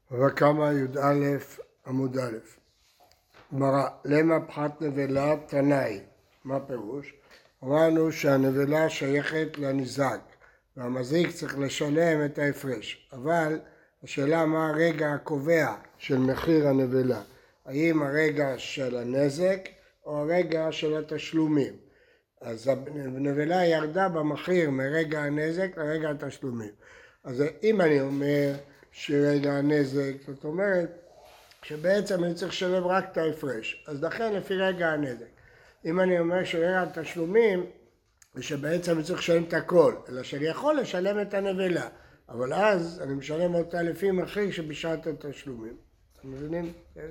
וקמא י"א עמוד א'. גמרא, למה פחת נבלה תנאי? מה פירוש? אמרנו שהנבלה שייכת לניזק והמזיק צריך לשלם את ההפרש, אבל השאלה מה הרגע הקובע של מחיר הנבלה, האם הרגע של הנזק או הרגע של התשלומים. אז הנבלה ירדה במחיר מרגע הנזק לרגע התשלומים. אז אם אני אומר שרגע הנזק, זאת אומרת שבעצם אני צריך לשלם רק את ההפרש, אז לכן לפי רגע הנזק. אם אני אומר שרגע התשלומים, ושבעצם אני צריך לשלם את הכל, אלא שאני יכול לשלם את הנבלה, אבל אז אני משלם אותה לפי מחיר שבשעת התשלומים. אתם מבינים?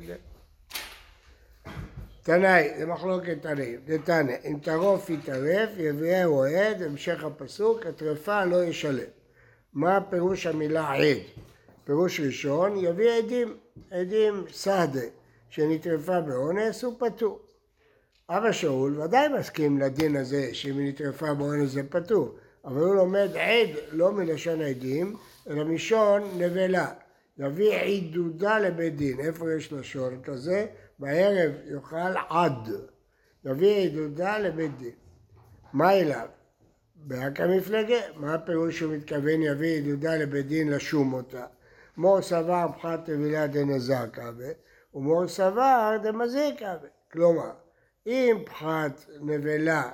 תנאי, זה מחלוקת תנאים. דתניא, אם טרוף יטרף, יביאהו אוהד, המשך הפסוק, הטרפה לא ישלם. מה פירוש המילה עד? פירוש ראשון, יביא עדים, עדים סעדה, שנטרפה באונס הוא פטור. אבא שאול ודאי מסכים לדין הזה שאם היא נטרפה באונס זה פטור, אבל הוא לומד עד לא מלשון עדים, אלא מלשון נבלה. יביא עידודה לבית דין. איפה יש לשון כזה? בערב יאכל עד. יביא עידודה לבית דין. מה אליו? בהקה מפלגה. מה הפירוש שהוא מתכוון יביא עידודה לבית דין לשום אותה? מור סבר פחת נבלה דנזק אבה, ומור סבר דמזיק אבה. כלומר, אם פחת נבלה,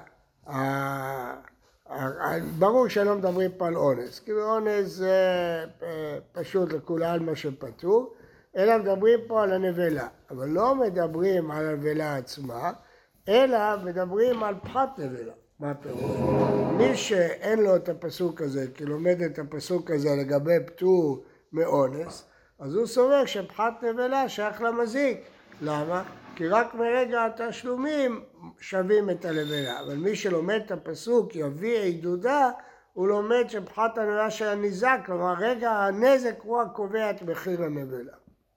ברור שלא מדברים פה על אונס, כי אונס זה פשוט לכולי עלמא שפטור, אלא מדברים פה על הנבלה, אבל לא מדברים על הנבלה עצמה, אלא מדברים על פחת נבלה. מה הפירוש? מי שאין לו את הפסוק הזה, כי לומד את הפסוק הזה לגבי פטור מאונס, אז הוא סובר שפחת נבלה שייך למזיק. למה? כי רק מרגע התשלומים שווים את הנבלה, אבל מי שלומד את הפסוק יביא עידודה, הוא לומד שפחת הנבלה של הניזק, כלומר רגע הנזק הוא הקובע את מחיר הנבלה.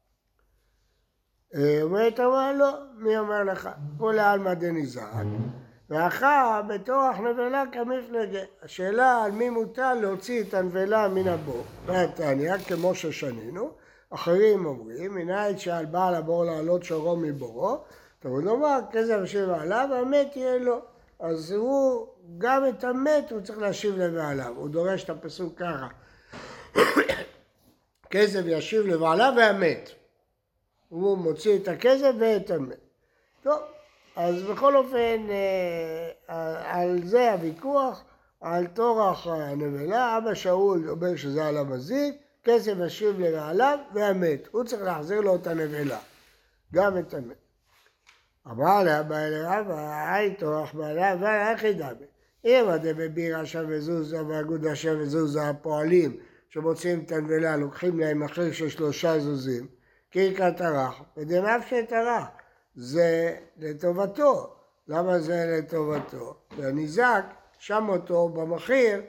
אומרת אמרה לא, מי אומר לך? הוא לעלמא דניזק, ואחר בתוך נבלה כמפלגה. השאלה על מי מותר להוציא את הנבלה מן הבור. בתניא כמו ששנינו, אחרים אומרים, מנין שעל בעל הבור לעלות שורו מבורו, תראו לומר, כזב ישיב עליו, והמת יהיה לו. אז הוא, גם את המת הוא צריך להשיב לבעליו, הוא דורש את הפסוק ככה. כזב ישיב לבעליו והמת. הוא מוציא את הכזב ואת המת. טוב, אז בכל אופן, על זה הוויכוח, על תורח הנבלה, אבא שאול אומר שזה על המזיק, כסף ישיב לבעליו והמת, הוא צריך להחזיר לו את הנבלה, גם את המת. אמר לה, בא אל רבא, היי תורח בעליו, ואיך ידבר? אם עדי בבירה שם וזוזה ואגודה שם וזוזה הפועלים שמוצאים את הנבלה, לוקחים להם מחיר של 3 זוזים, כי יקרא טרח, ודנף שטרח, זה לטובתו. למה זה לטובתו? והניזק שם אותו במחיר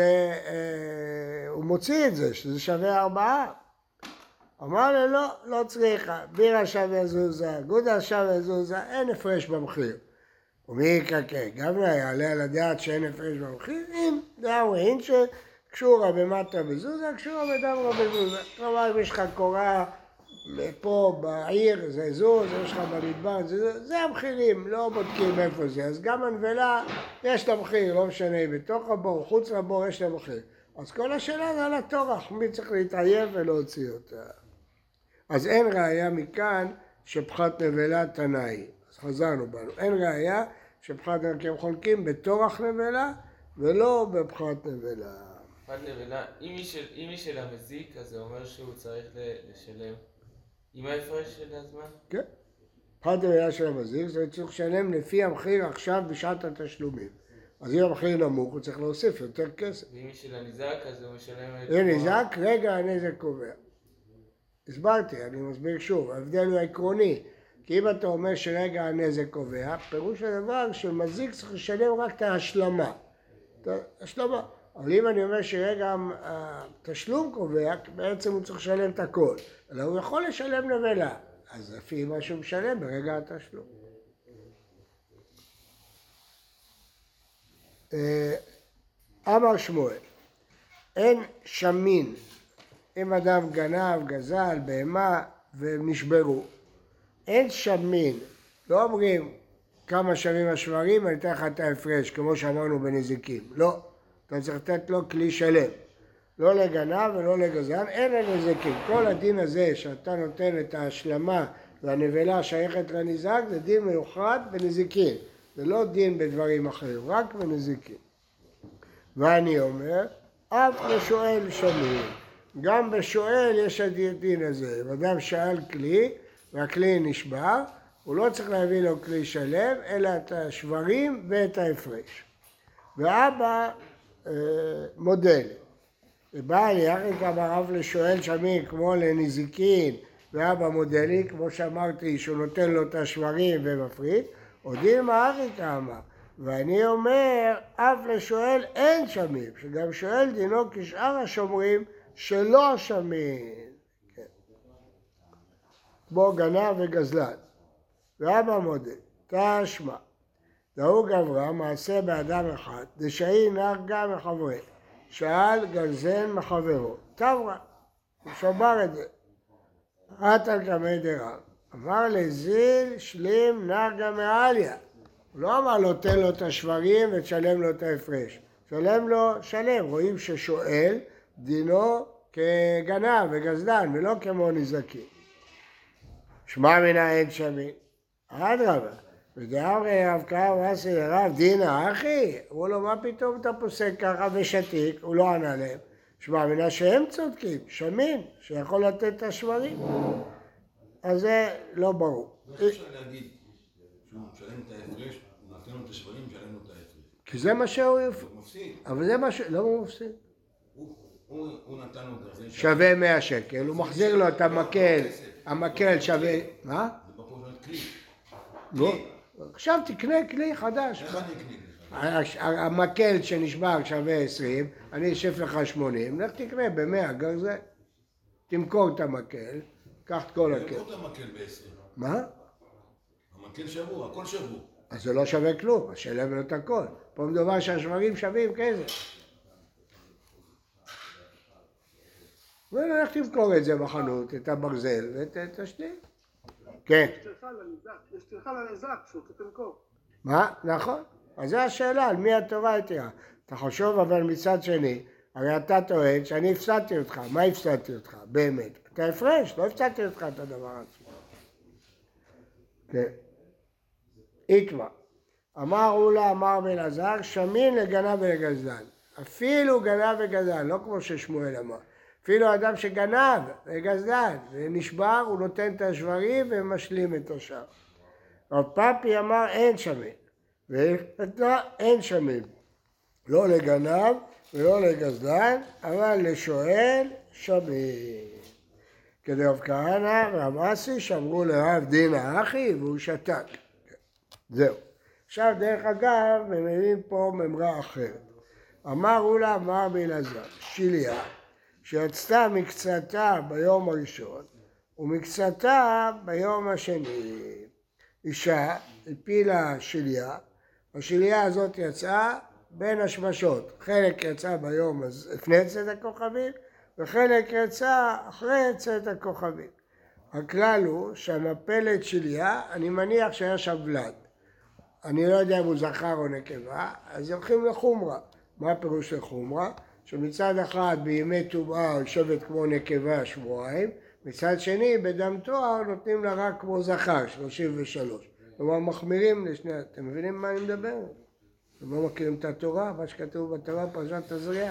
שהוא מוציא את זה, שזה שווה 4. אמר לו, לא, לא צריכה, בירה שווה זוזה, גודה שווה זוזה, אין הפרש במחיר. ומי יקקה? גם לא יעלה על הדעת שאין הפרש במחיר? אם דאמרין שקשורה במטה בזוזה, קשורה בדמרה בזוזה. כלומר, אם יש לך קורה פה בעיר, זה זוז, יש לך במדבר, זה המחירים, לא בודקים איפה זה. אז גם הנבלה יש לה מחיר, לא משנה, בתוך הבור, חוץ לבור יש לה מחיר. אז כל השאלה זה על התורח, מי צריך להתעייף ולהוציא אותה. אז אין ראיה מכאן שפחת נבלה תנאי. אז חזרנו בנו. אין ראיה שפחת נבלה, כי הם חולקים בתורח נבלה ולא בפחת נבלה. פחת נבלה, אם היא של המזיק, אז זה אומר שהוא צריך לשלם עם ההפרש של הזמן? כן. פחת נבלה של המזיק, זה צריך לשלם לפי המחיר עכשיו בשעת התשלומים. אז אם המחיר נמוך, הוא צריך להוסיף יותר כסף. ואם היא של הניזק, אז הוא משלם... זה ניזק, רגע הנזק קובע. הסברתי, אני מסביר שוב, ההבדל הוא העקרוני. כי אם אתה אומר שרגע הנזק קובע, פירוש הדבר שמזיק צריך לשלם רק את ההשלמה. את ההשלמה. אבל אם אני אומר שרגע התשלום קובע, בעצם הוא צריך לשלם את הכל. אלא הוא יכול לשלם נבלה. אז לפי מה שהוא משלם ברגע התשלום. אמר שמואל, אין שמין אם אדם גנב, גזל, בהמה והם נשברו, אין שמין, לא אומרים כמה שווים השברים, אני אתן לך את ההפרש, כמו שאמרנו בנזיקים. לא, אתה צריך לתת לו כלי שלם. לא לגנב ולא לגזל, אין לנזיקים. כל הדין הזה שאתה נותן את ההשלמה והנבלה שייכת לנזק, זה דין מיוחד בנזיקים. זה לא דין בדברים אחרים, רק בנזיקים. ואני אומר, אף לשואל שמין. גם בשואל יש הדין הזה. אם אדם שאל כלי, והכלי נשבר, הוא לא צריך להביא לו כלי שלם, אלא את השברים ואת ההפרש. ואבא מודל. ובא לי, אחרי כמה אב לשואל שמין כמו לנזיקין, ואבא מודלי, כמו שאמרתי, שהוא נותן לו את השברים ומפריד, עודים מאחרי כמה. ואני אומר, אף לשואל אין שמין, שגם שואל דינו כשאר השומרים שלא שמין. כן. כמו גנב וגזלן. ואבא מודל, תשמע, דהו גברה מעשה באדם אחד, דשאי נרגה מחברי, שאל גרזן מחברו, תברא, הוא שבר את זה. רט על קמי דרב, אמר לזיל שלים נרגה מעליה, הוא לא אמר לו תן לו את השברים ותשלם לו את ההפרש, שלם לו שלם, רואים ששואל דינו כגנב וגזלן ולא כמו נזקים. שמע מנה אין שמין. אדרבה, ודאמרי רב קרא ועשי לרב דינא אחי, אמרו לו מה פתאום אתה פוסק ככה ושתיק, הוא לא ענה להם. שמע מנה שהם צודקים, שמין, שיכול לתת את השברים. אז זה לא ברור. איך אפשר להגיד שהוא משלם את ההפרש, הוא נתן לו את השברים, משלם לו את ההפרש? כי זה מה שהוא מפסיד. אבל זה מה לא הוא מפסיד. הוא נתן לו את זה. שווה 100 שקל, הוא מחזיר לו את המקל, המקל שווה... מה? זה בחור של כלי. לא. עכשיו תקנה כלי חדש. איך אני אקנה? המקל שנשבר שווה 20, אני אשף לך 80, לך תקנה ב100 גרזן. תמכור את המקל, קח את כל הכל. תמכור את המקל ב-20. מה? המקל שבור, הכל שבור. אז זה לא שווה כלום, אז שלם לו את הכל. פה מדובר שהשברים שווים כסף. ולך תמכור את זה בחנות, את הברזל ואת השני. כן. יש טרחה לנזק שהוא תמכור. מה? נכון. אז זו השאלה, על מי התורה התירה. אתה חושב אבל מצד שני, הרי אתה טוען שאני הפסדתי אותך. מה הפסדתי אותך? באמת. אתה הפרש, לא הפסדתי אותך את הדבר עצמו. כן. איקווה. אמר אולה, אמר בן עזר, שמין לגנב ולגזלן. אפילו גנב וגזלן, לא כמו ששמואל אמר. אפילו אדם שגנב וגזלן ונשבר, הוא נותן את השברים ומשלים את השאר. רב פאפי אמר אין שמין, והחלטה אין שמין. לא לגנב ולא לגזלן, אבל לשואל שמין. כדי רב כהנא ורב אסי שאמרו לרב דינא אחי והוא שתק. זהו. עכשיו דרך אגב, מביאים פה ממרה אחרת. אמר אולה, אמר באלעזר, שיליה, שיצתה מקצתה ביום הראשון ומקצתה ביום השני. אישה הפילה שיליה, השיליה הזאת יצאה בין השמשות. חלק יצא ביום לפני צאת הכוכבים וחלק יצא אחרי צאת הכוכבים. הכלל הוא שהמפלת שיליה, אני מניח שהיה שם ולד. אני לא יודע אם הוא זכר או נקבה, אז הולכים לחומרה. מה הפירוש לחומרה? שמצד אחד בימי טומאה יושבת כמו נקבה שבועיים, מצד שני בדם תואר נותנים לה רק כמו זכר, 33. כלומר מחמירים לשני, אתם מבינים מה אני מדבר? אתם לא מכירים את התורה, מה שכתוב בתורה פרשת תזריע.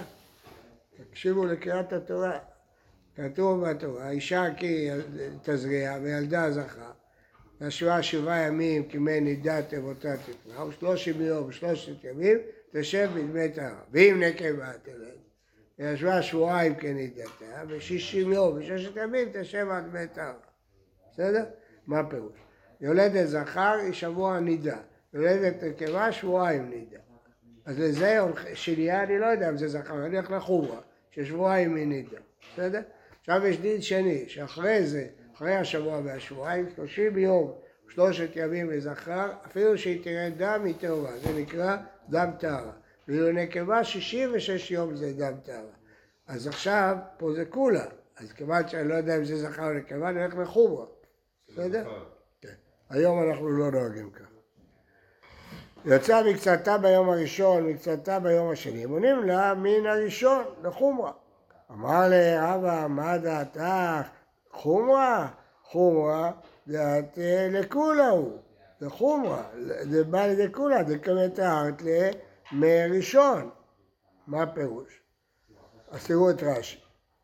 תקשיבו לקריאת התורה. כתוב בתורה, האישה כי תזריע וילדה זכר. ישבה 7 ימים כמי נידת אבותה תקנה, ו30 יום ו3 ימים תשב בדמי טהרה. ואם נקבה תלד, ישבה 2 שבועות כנידתה, ו60 יום ו6 ימים תשב על דמי טהרה. בסדר? מה הפירוש? יולדת זכר היא שבוע נידה, יולדת נקבה 2 שבועות נידה. אז לזה שיליה אני לא יודע אם זה זכר, אני הולך לחומרה, ששבועיים היא נידה. בסדר? עכשיו יש דין שני, שאחרי זה, אחרי השבוע והשבועיים, 30 יום, 3 ימים לזכר, אפילו שהיא תראה דם היא טהורה, זה נקרא דם טהרה. ואילו נקבה 66 יום זה דם טהרה. אז עכשיו, פה זה כולה, אז כיוון שאני לא יודע אם זה זכר או נקבה, אני הולך לחומרה. בסדר? כן. היום אנחנו לא נוהגים כך. יוצא מקצתה ביום הראשון, מקצתה ביום השני. מונים לה מן הראשון לחומרה. אמר לרבא, מה דעתך? חומרה? חומרה דעת לכולה הוא. זה חומרה. זה בא לידי כולה, זה כמתארת מראשון. מה הפירוש? אז תראו את רש"י.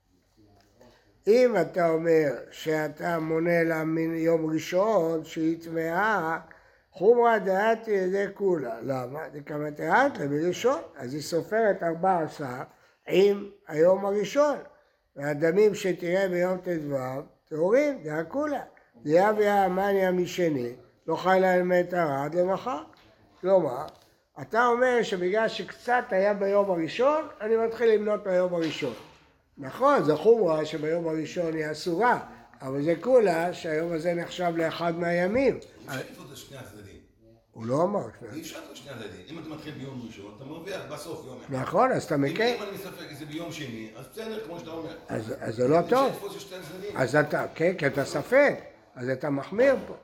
אם אתה אומר שאתה מונה לה מן יום ראשון שהיא טמאה, חומרה דעת לידי כולה. למה? זה כמתארת לה מראשון. אז היא סופרת 14 עם היום הראשון. והדמים שתראה ביום ט"ו, טהורים, זה הכולה. זה יביא המניה משני, לא חיילה אל מטרה עד למחר. כלומר, אתה אומר שבגלל שקצת היה ביום הראשון, אני מתחיל למנות ביום הראשון. נכון, זו חומרה שביום הראשון היא אסורה, אבל זה כולה שהיום הזה נחשב לאחד מהימים. אפשר לפנות לשני הצדדים. הוא לא אמר. אי אפשר לשני הצדדים. אם אתה מתחיל ביום ראשון, אתה מרוויח בסוף יום אחד. נכון, אז אתה מכיר. אם אני מספק את זה ביום שני, אז בסדר, כמו שאתה אומר. אז זה לא טוב. אפשר לתפוס לשני הצדדים. אז אתה, כן, כי אתה ספק, אז אתה מחמיר פה.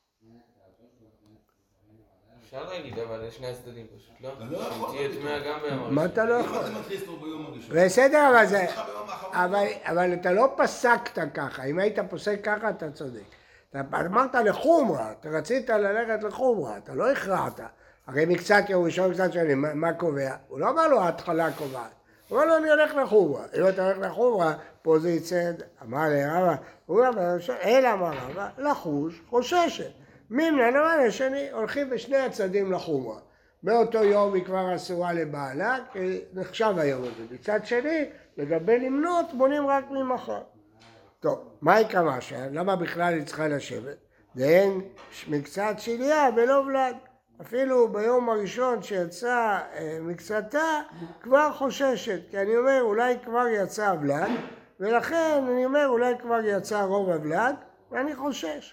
אפשר להגיד, אבל לשני הצדדים פשוט, לא? אתה לא יכול. תהיה טמאה גם ביום הראשון. מה אתה לא אם יכול? אתה מתחיל לספור ביום הראשון. בסדר, אבל זה... לך ביום האחרון. אבל אתה לא פסקת ככה, אם היית פוסק ככה אתה צודק. אתה אמרת לחומרה, אתה רצית ללכת לחומרה, אתה לא הכרעת. הרי מקצת יום ראשון, מקצת שני, מה קובע? הוא לא אמר לו ההתחלה קובעת, הוא אמר לו אני הולך לחומרה. אם אתה הולך לחומרה, פה זה יצא, אמר לרבא, הוא אמר, אלא אמר רבא, לחוש, חוששת. מימנה נאמן השני, הולכים בשני הצדים לחומרה. באותו יום היא כבר אסורה לבעלה, כי נחשב היום הזה. מצד שני, לגבי למנות, בונים רק ממחר. טוב, מה יקרה משהו? למה בכלל היא צריכה לשבת? ואין מקצת שליה ולא ולד. אפילו ביום הראשון שיצא מקצתה, כבר חוששת. כי אני אומר, אולי כבר יצא ולד, ולכן אני אומר, אולי כבר יצא רוב הוולד, ואני חושש.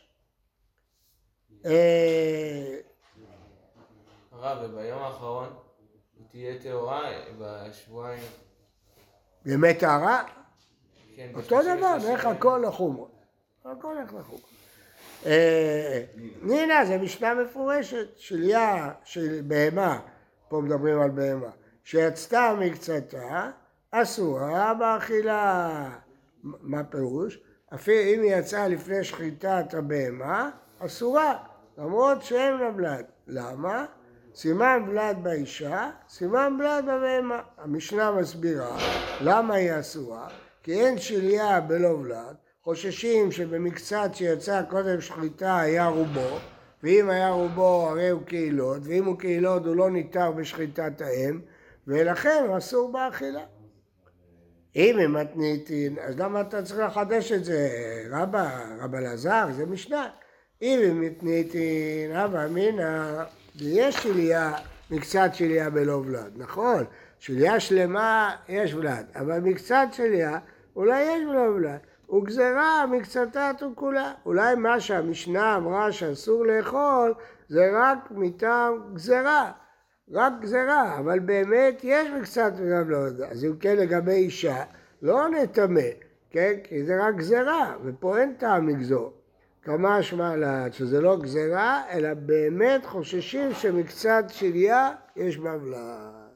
הרב, וביום האחרון היא תהיה טהורה בשבועיים. ימי טהרה? כן, אותו דבר, נלך הכל לחומרה. הכל הולך לחומרה. נינה, זה משנה מפורשת, שליה של בהמה, פה מדברים על בהמה, שיצתה מקצתה, אסורה באכילה. מה פירוש? אפילו אם היא יצאה לפני שחיטת הבהמה, אסורה, למרות שאין לה בלד. למה? סימן בלד באישה, סימן בלד בבהמה. המשנה מסבירה למה היא אסורה, כי אין שליה בלא בלד, חוששים שבמקצת שיצא קודם שחיטה היה רובו, ואם היה רובו הרי הוא קהילות, ואם הוא קהילות הוא לא ניתר בשחיטת האם, ולכן הוא אסור באכילה. אם היא מתניתין, אז למה אתה צריך לחדש את זה? רבא אלעזר, זה משנה. אם היא מתניתין, רבא אמינא, יש שליה, מקצת שליה בלא ולד, נכון? שליה שלמה יש ולד, אבל מקצת שליה אולי יש בלא ולד. וגזרה מקצתת וכולה. אולי מה שהמשנה אמרה שאסור לאכול זה רק מטעם גזרה. רק גזרה, אבל באמת יש מקצת וגם לא יודע. אז אם כן לגבי אישה, לא נטמא, כן? כי זה רק גזרה, ופה אין טעם לגזור. כמה משמע לה שזה לא גזרה, אלא באמת חוששים שמקצת שליה יש בה ולד.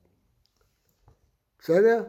בסדר?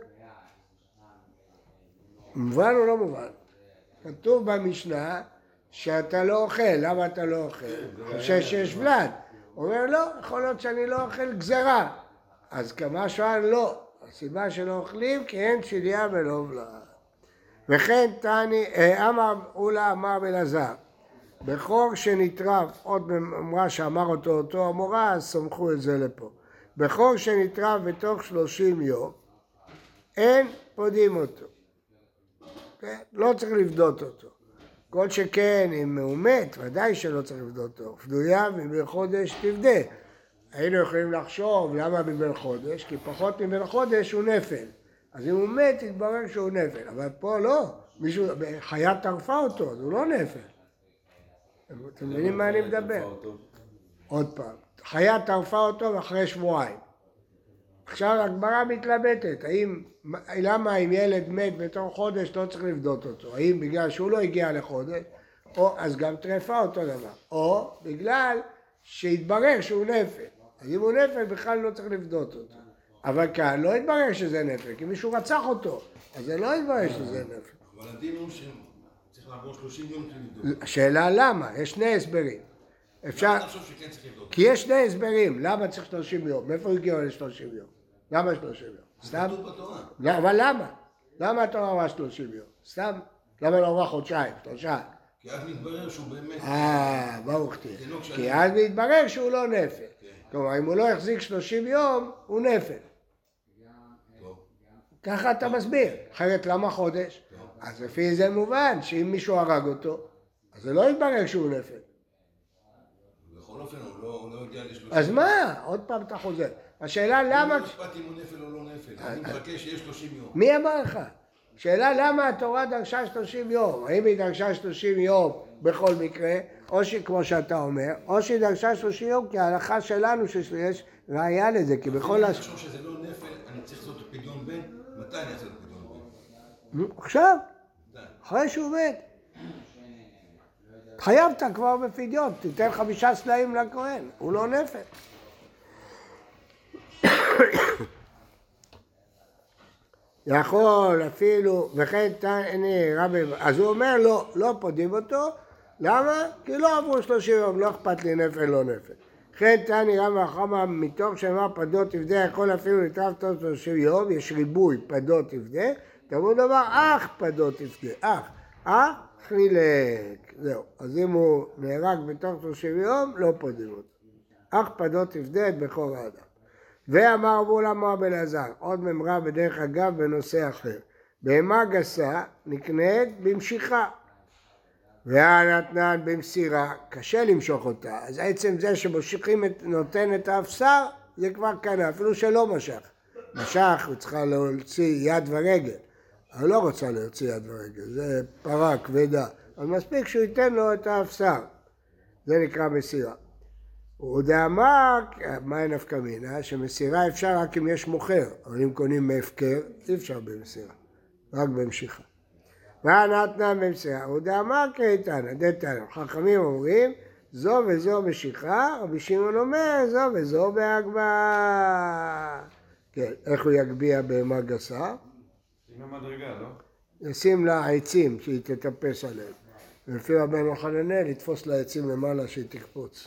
מובן או לא מובן? כתוב במשנה שאתה לא אוכל, למה אתה לא אוכל? חושב שיש ולד. הוא אומר לא, יכול להיות שאני לא אוכל גזרה. אז כמה שואל לא. הסיבה שלא אוכלים כי אין שליה ולא ולד. וכן תני, אולה אמר בלעזר, בחור שנטרף, עוד אמרה שאמר אותו המורה, אז סמכו את זה לפה. בחור שנטרף בתוך 30 יום, אין פודים אותו. כן? לא צריך לבדות אותו. כל שכן, אם הוא מת, ודאי שלא צריך לבדות אותו. פדויה מבן חודש תפדה. היינו יכולים לחשוב למה מבן חודש, כי פחות מבן חודש הוא נפל. אז אם הוא מת, יתברר שהוא נפל. אבל פה לא. מישהו, חיה טרפה אותו, אז הוא לא נפל. אתם מבינים מה אני מדבר? עוד פעם. חיה טרפה אותו אחרי שבועיים. עכשיו הגמרא מתלבטת, למה אם ילד מת בתוך חודש לא צריך לבדות אותו? האם בגלל שהוא לא הגיע לחודש, או אז גם טרפה אותו דבר, או בגלל שהתברר שהוא נפל. אז אם הוא נפל בכלל לא צריך לבדות אותו. אבל כאן לא התברר שזה נפל, כי מישהו רצח אותו, אז זה לא התברר שזה נפל. אבל הדין הוא שצריך לעבור 30 יום כדי לבדוק. השאלה למה? יש שני הסברים. אפשר... אני חושב שכן צריך לבדוק. כי יש שני הסברים, למה צריך 30 יום? מאיפה הגיעו ל-30 יום? למה 30 יום? סתם? כתוב בתורה. לא, אבל למה? למה התורה אמרה 30 יום? סתם? למה לא אמרה חודשיים, 3? כי אז מתברר שהוא באמת... ברוך תהיה. כי אז מתברר שהוא לא נפל. כלומר, אם הוא לא יחזיק 30 יום, הוא נפל. ככה אתה מסביר. אחרת למה חודש? אז לפי זה מובן שאם מישהו הרג אותו, אז זה לא יתברר שהוא נפל. בכל אופן הוא לא הגיע ל-30. אז מה? עוד פעם אתה חוזר. השאלה למה... לא אכפת אם הוא נפל או לא נפל. אני מחכה שיש 30 יום. מי אמר לך? שאלה למה התורה דרשה 30 יום? האם היא דרשה 30 יום בכל מקרה, או כמו שאתה אומר, או שהיא דרשה 30 יום כי ההלכה שלנו שיש ראייה לזה, כי בכל... אני חושב שזה לא נפל, אני צריך לעשות פדיון בן. מתי אני אעשה פדיון בן? עכשיו, אחרי שהוא מת. התחייבת כבר בפדיון, תיתן 5 סלעים לכהן, הוא לא נפל. יכול אפילו, וכן תעני רבי, אז הוא אומר לא פודים אותו, למה? כי לא עברו 30 יום, לא אכפת לי נפל לא נפל. כן תעני רבי חמא מתוך שאמר פדות תפדה, יכול אפילו לטרף תוך 30 יום, יש ריבוי פדות תפדה, תאמרו דבר אך פדות תפדה, אך חילק, זהו. אז אם הוא נהרג בתוך 30 יום, לא פודים אותו. אך פדות תפדה את בכור האדם. ואמר רבי עולמו רבי אלעזר, עוד ממרה בדרך אגב בנושא אחר. בהמה גסה נקנית במשיכה, והנתנן במסירה, קשה למשוך אותה. אז עצם זה שמושיכים נותן את האפסר, זה כבר קנה, אפילו שלא משך. משך, הוא צריכה להוציא יד ורגל. אני לא רוצה להוציא יד ורגל, זה פרה כבדה. אז מספיק שהוא ייתן לו את האפסר. זה נקרא מסירה. הוא דאמר, מה נפקא מינה? שמסירה אפשר רק אם יש מוכר, אבל אם קונים מהפקר, אי אפשר במסירה, רק במשיכה. והנתנן במסירה, הוא דאמר כאיתנא, דתנא, חכמים אומרים, זו וזו משיכה, רבי שמעון אומר, זו וזו בהגבהה. כן, איך הוא יגביה בהמה גסה? עם המדרגה, לא? ישים לה עצים שהיא תטפס עליהם. ולפי רבנו חננאל, לתפוס לה עצים למעלה שהיא תקפוץ.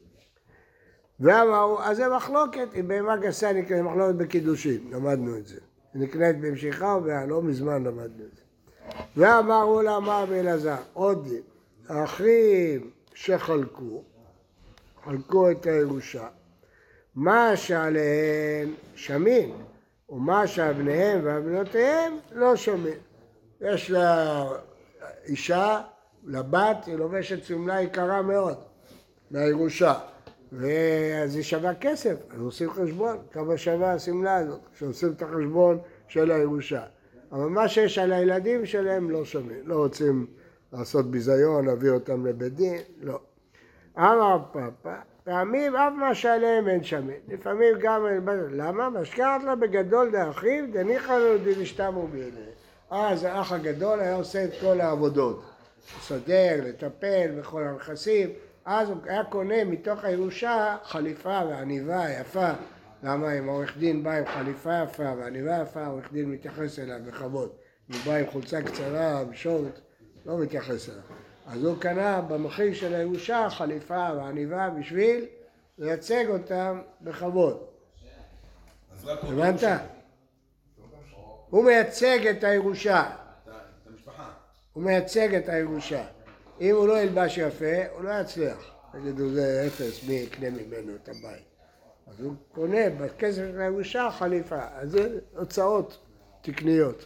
ואמרו, אז זה מחלוקת, אם בהמה גסה נקראת מחלוקת בקידושין, למדנו את זה. נקראת במשיכה לא מזמן למדנו את זה. ואמרו לה, אמר רבי אלעזר, עוד דין, האחים שחלקו, חלקו את הירושה, מה שעליהן שמין, ומה שהבניהם והבנותיהם לא שמין. יש לה אישה, לבת, היא לובשת שמלה יקרה מאוד, מהירושה. ואז היא שווה כסף, אז עושים חשבון, כמה שווה השמלה הזאת, שעושים את החשבון של הירושה. אבל מה שיש על הילדים שלהם לא שווה, לא רוצים לעשות ביזיון, להביא אותם לבית דין, לא. אמר פאפה, פעמים אף מה שעליהם אין שמן, לפעמים גם, למה? משכחת לה בגדול דאחיו, דניחא לו דנשתמו בידיהם. אז האח הגדול היה עושה את כל העבודות, לסדר, לטפל בכל הנכסים, אז הוא היה קונה מתוך הירושה חליפה ועניבה יפה. למה? אם העורך דין בא עם חליפה יפה ועניבה יפה, העורך דין מתייחס אליו בכבוד. אם הוא בא עם חולצה קצרה, בשורט, לא מתייחס אליו. אז הוא קנה במחיר של הירושה חליפה ועניבה בשביל לייצג אותם בכבוד. הבנת? הוא מייצג את הירושה. את המשפחה. הוא מייצג את הירושה. אם הוא לא ילבש יפה, הוא לא יצליח. תגידו, זה אפס, מי יקנה ממנו את הבית. אז הוא קונה בכסף של הירושה חליפה. אז זה הוצאות תקניות.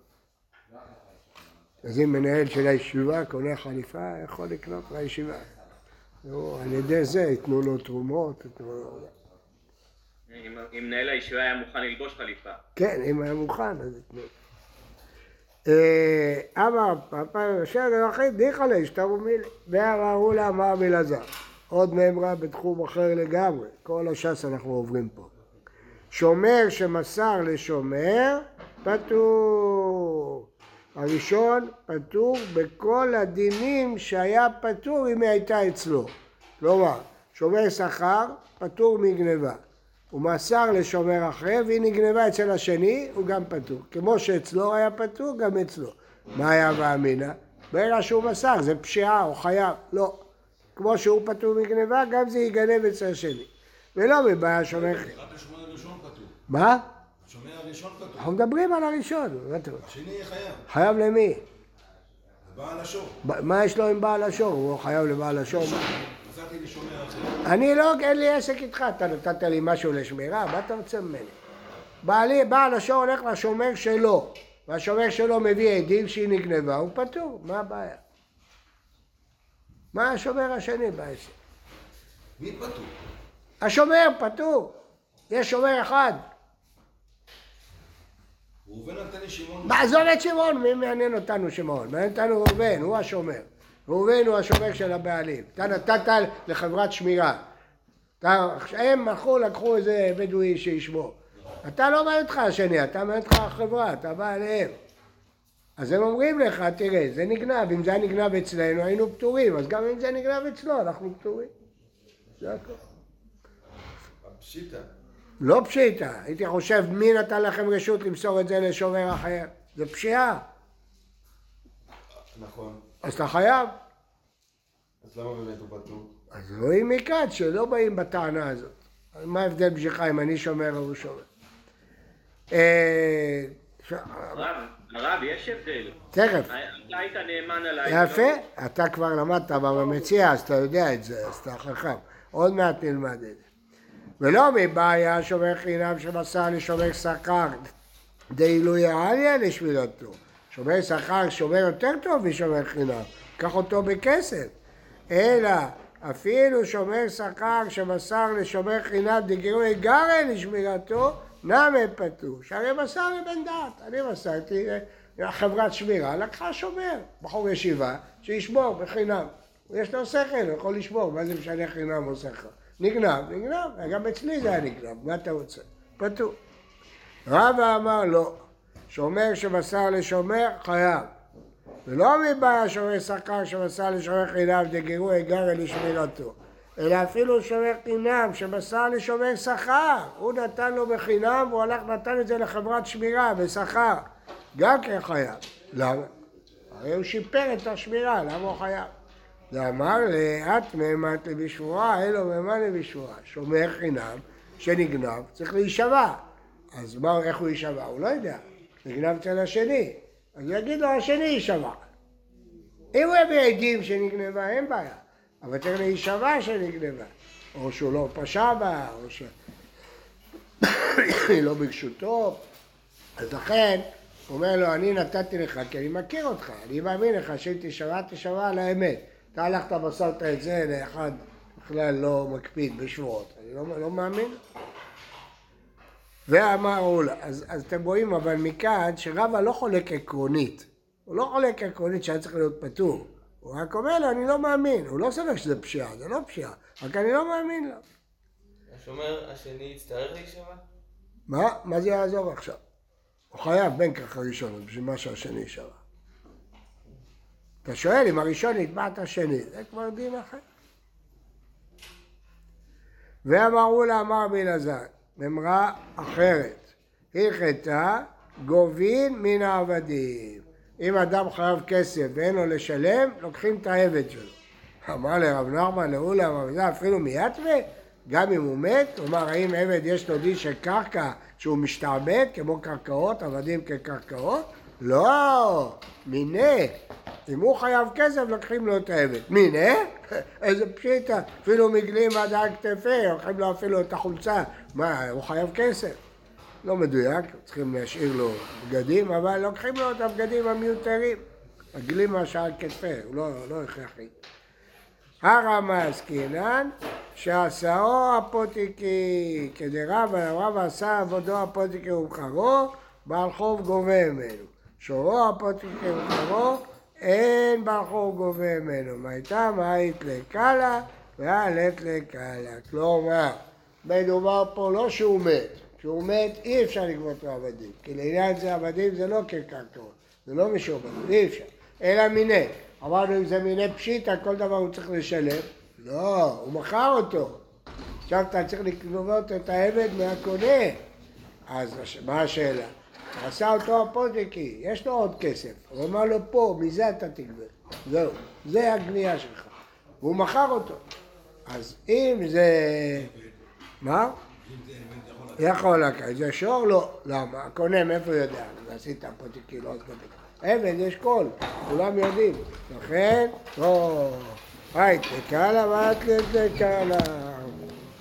אז אם מנהל של הישיבה קונה חליפה, יכול לקנות לישיבה. על ידי זה ייתנו לו תרומות. אם מנהל הישיבה היה מוכן ללבוש חליפה. כן, אם היה מוכן, אז ייתנו. אמר פאפה יושב דרכים דיחא ליה השתרו מילי. ואמרו לה אמר רבי אלעזר. עוד מאמרה בתחום אחר לגמרי. כל הש"ס אנחנו עוברים פה. שומר שמסר לשומר, פטור. הראשון פטור בכל הדינים שהיה פטור אם היא הייתה אצלו. כלומר, שומר שכר פטור מגניבה. הוא מסר לשומר אחר והיא נגנבה אצל השני, הוא גם פטור. כמו שאצלו היה פטור, גם אצלו. מה היה ואמינא? ברגע שהוא מסר, זה פשיעה או חייב. לא. כמו שהוא פטור מגניבה, גם זה ייגנב אצל השני. ולא מבעיה שומר אחר. רק השומר הראשון פטור. מה? השומר הראשון פטור. אנחנו מדברים על הראשון. השני יהיה חייב. חייב למי? לבעל השור. מה יש לו עם בעל השור? הוא חייב לבעל השור. מצאתי לי שומר אחר. אני לא, אין לי עסק איתך, אתה נתת לי משהו לשמירה, מה אתה רוצה ממני? בעל השור הולך לשומר שלו, והשומר שלו מביא עדים שהיא נגנבה, הוא פטור, מה הבעיה? מה השומר השני בעסק? מי פטור? השומר פטור, יש שומר אחד. ראובן נתן לי שמעון. עזוב את שמעון, מי מעניין אותנו שמעון? מעניין אותנו ראובן, הוא השומר. ראובן הוא השומר של הבעלים. אתה נתת לחברת שמירה. הם לקחו איזה בדואי שישמור. אתה לא מעניין אותך השני, אתה מעניין אותך החברה, אתה בא אליהם. אז הם אומרים לך, תראה, זה נגנב, אם זה היה נגנב אצלנו היינו פטורים, אז גם אם זה נגנב אצלו אנחנו פטורים. זה הכל. פשיטה. לא פשיטה, הייתי חושב מי נתן לכם רשות למסור את זה לשומר אחר. זה פשיעה. נכון. אז אתה חייב. אז למה באמת הוא פטור? אז רואים מכאן שלא באים בטענה הזאת. מה ההבדל בשבילך אם אני שומר או הוא שומר? הרב, יש הבדל. תכף. אתה היית נאמן עליי. יפה, אתה כבר למדת במציע, אז אתה יודע את זה, אז אתה חכם. עוד מעט נלמד את זה. ולא מבעיה שומר חינם שמסר לשומר שכר דעילוי העליה לשמילתו. שומר שכר שומר יותר טוב משומר חינם, קח אותו בכסף. אלא אפילו שומר שכר שמסר לשומר חינם דגילוי גרל לשמילתו, נמי פטור. שהרי מסר לבן דעת, אני מסרתי חברת שמירה, לקחה שומר, בחור ישיבה, שישמור בחינם. יש לו שכל, הוא יכול לשמור, מה זה משנה חינם או שכר? נגנב, גם אצלי זה היה נגנב, מה אתה רוצה? פטור. רבא אמר לא, שומר שמסר לשומר חייב. ולא מבעיה שומר שכר שמסר לשומר חינם דגילוי גרל לשמירתו, אלא אפילו שומר חינם שמסר לשומר שכר, הוא נתן לו בחינם והוא הלך נתן את זה לחברת שמירה בשכר, גם כן חייב. למה? הרי הוא שיפר את השמירה, למה הוא חייב? ואמר את מהימנת לי בשבועה, אלו מהימן לי בשבועה. שומר חינם שנגנב צריך להישבע. אז מה, איך הוא יישבע? הוא לא יודע. נגנב אצל השני. אז יגיד לו השני יישבע. אם הוא יביא עדים שנגנבה, אין בעיה. אבל צריך להישבע שנגנבה. או שהוא לא פשע בה, או שהיא לא ברשותו. אז לכן, הוא אומר לו, אני נתתי לך, כי אני מכיר אותך. אני מאמין לך שאם תשבע על האמת. אתה הלכת מסרת את זה לאחד בכלל לא מקפיד בשבועות, אני לא מאמין. ואמרו לה, אז אתם רואים אבל מכאן שרבא לא חולק עקרונית, הוא לא חולק עקרונית שהיה צריך להיות פטור, הוא רק אומר לו אני לא מאמין, הוא לא סובר שזה פשיעה, זה לא פשיעה, רק אני לא מאמין לו. השומר השני יצטרך להישבע? מה זה יעזור עכשיו? הוא חייב בין כך הראשון, בשביל מה שהשני יישבע. אתה שואל אם הראשון יתבע את השני, זה כבר דין אחר. ואמרו לה, אמר בלעזר, אמרה אחרת, הלכתה גובין מן העבדים. אם אדם חייב כסף ואין לו לשלם, לוקחים את העבד שלו. אמר לרב נחמן, לאולה, אמר, זה אפילו מיתווה, גם אם הוא מת, כלומר, האם עבד יש לו דין של קרקע שהוא משתעבד, כמו קרקעות, עבדים כקרקעות? לא, מיני. אם הוא חייב כסף, לוקחים לו את העבד. מיני? איזה פשיטה, אפילו מגלים עד על כתפי, לוקחים לו אפילו את החולצה. מה, הוא חייב כסף? לא מדויק, צריכים להשאיר לו בגדים, אבל לוקחים לו את הבגדים המיותרים. מגלים מה שעל כתפי, הוא לא הכרחי. הרמז קינן, שעשאו הפותיקי, כדרב עשה עבודו הפותיקי ומחרו, בעל חוב גובה ממנו. שורו הפותיקי ומחרו, אין בעל חוב גובה ממנו. מה הייתה? מה היית לקלה? והלת לקלה. כלומר, מדובר פה לא שהוא מת, כשהוא מת אי אפשר לגבות מעבדים, כי לעניין זה עבדים זה לא כקרקעות, זה לא משועבד, אי אפשר, אלא מיני. אמרנו אם זה מיני פשיטה, כל דבר הוא צריך לשלם, לא, הוא מכר אותו. עכשיו אתה צריך לגבות את העבד מהקונה, אז מה השאלה? עשה אותו הפוז'קי, יש לו עוד כסף, הוא אמר לו פה, מזה אתה תגבה, זהו, זה הגנייה שלך, והוא מכר אותו. אז אם זה... מה? יכול לקחת, זה שור? לא. למה? הקונה מאיפה יודע? עשית הפוז'קי, לא עשית. עבד יש קול, כולם יודעים. לכן, היי, תקלה, מה את תקלה?